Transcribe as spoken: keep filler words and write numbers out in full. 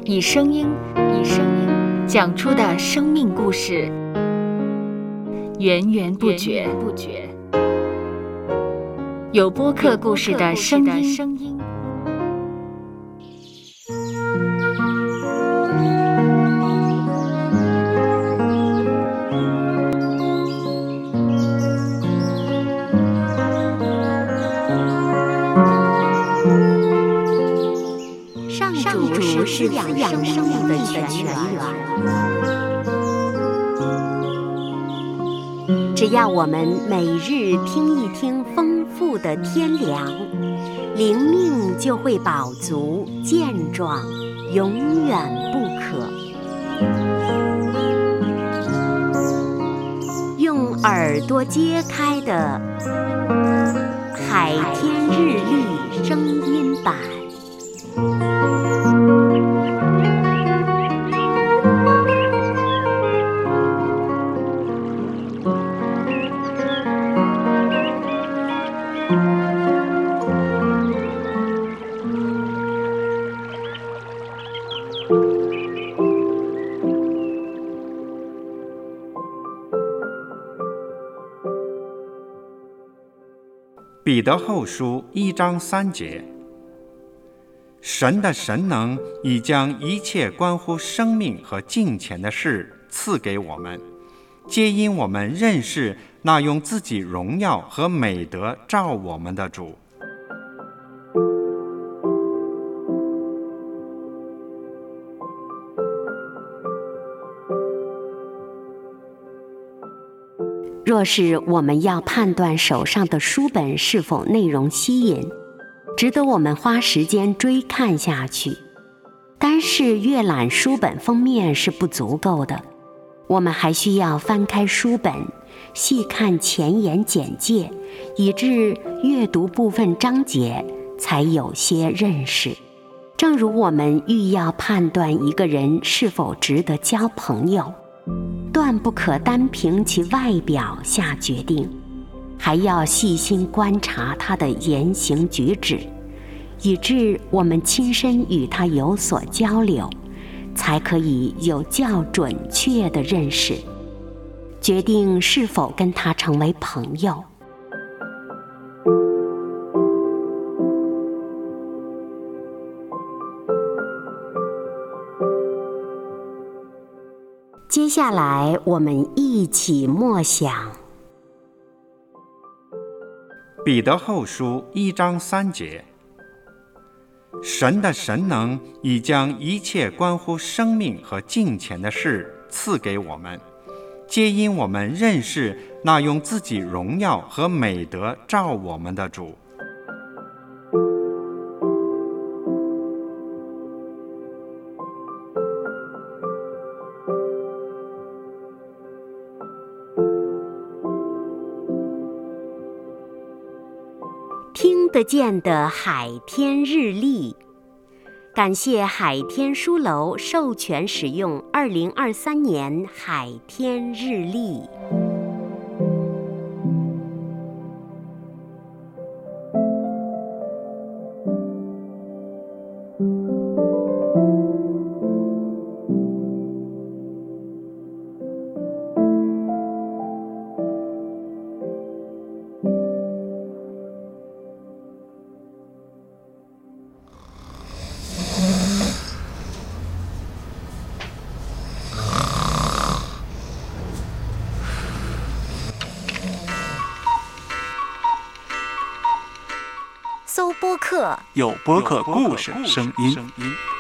以声音，以声音讲出的生命故事，源源不绝。有播客故事的声音。 上主是养生命的泉源，只要我们每日听一听丰富的天粮，灵命就会饱足健壮，永远不渴。用耳朵揭开的海天日历声音版。 彼得后书一章三节，神的神能已将一切关乎生命和敬虔的事赐给我们，皆因我们认识那用自己荣耀和美德照我们的主。 若是我们要判断手上的书本是否内容吸引，值得我们花时间追看下去，单是阅览书本封面是不足够的，我们还需要翻开书本，细看前言简介，以致阅读部分章节才有些认识。正如我们欲要判断一个人是否值得交朋友，断不可单凭其外表下决定，还要细心观察他的言行举止，以致我们亲身与他有所交流，才可以有较准确的认识，决定是否跟他成为朋友。接下来我们一起默想彼得后书一章三节，神的神能已将一切关乎生命和敬虔的事赐给我们，皆因我们认识那用自己荣耀和美德照我们的主。 听得见的海天日历，感谢海天书楼授权使用二零二三年海天日历。 搜播客， 有播客故事声音。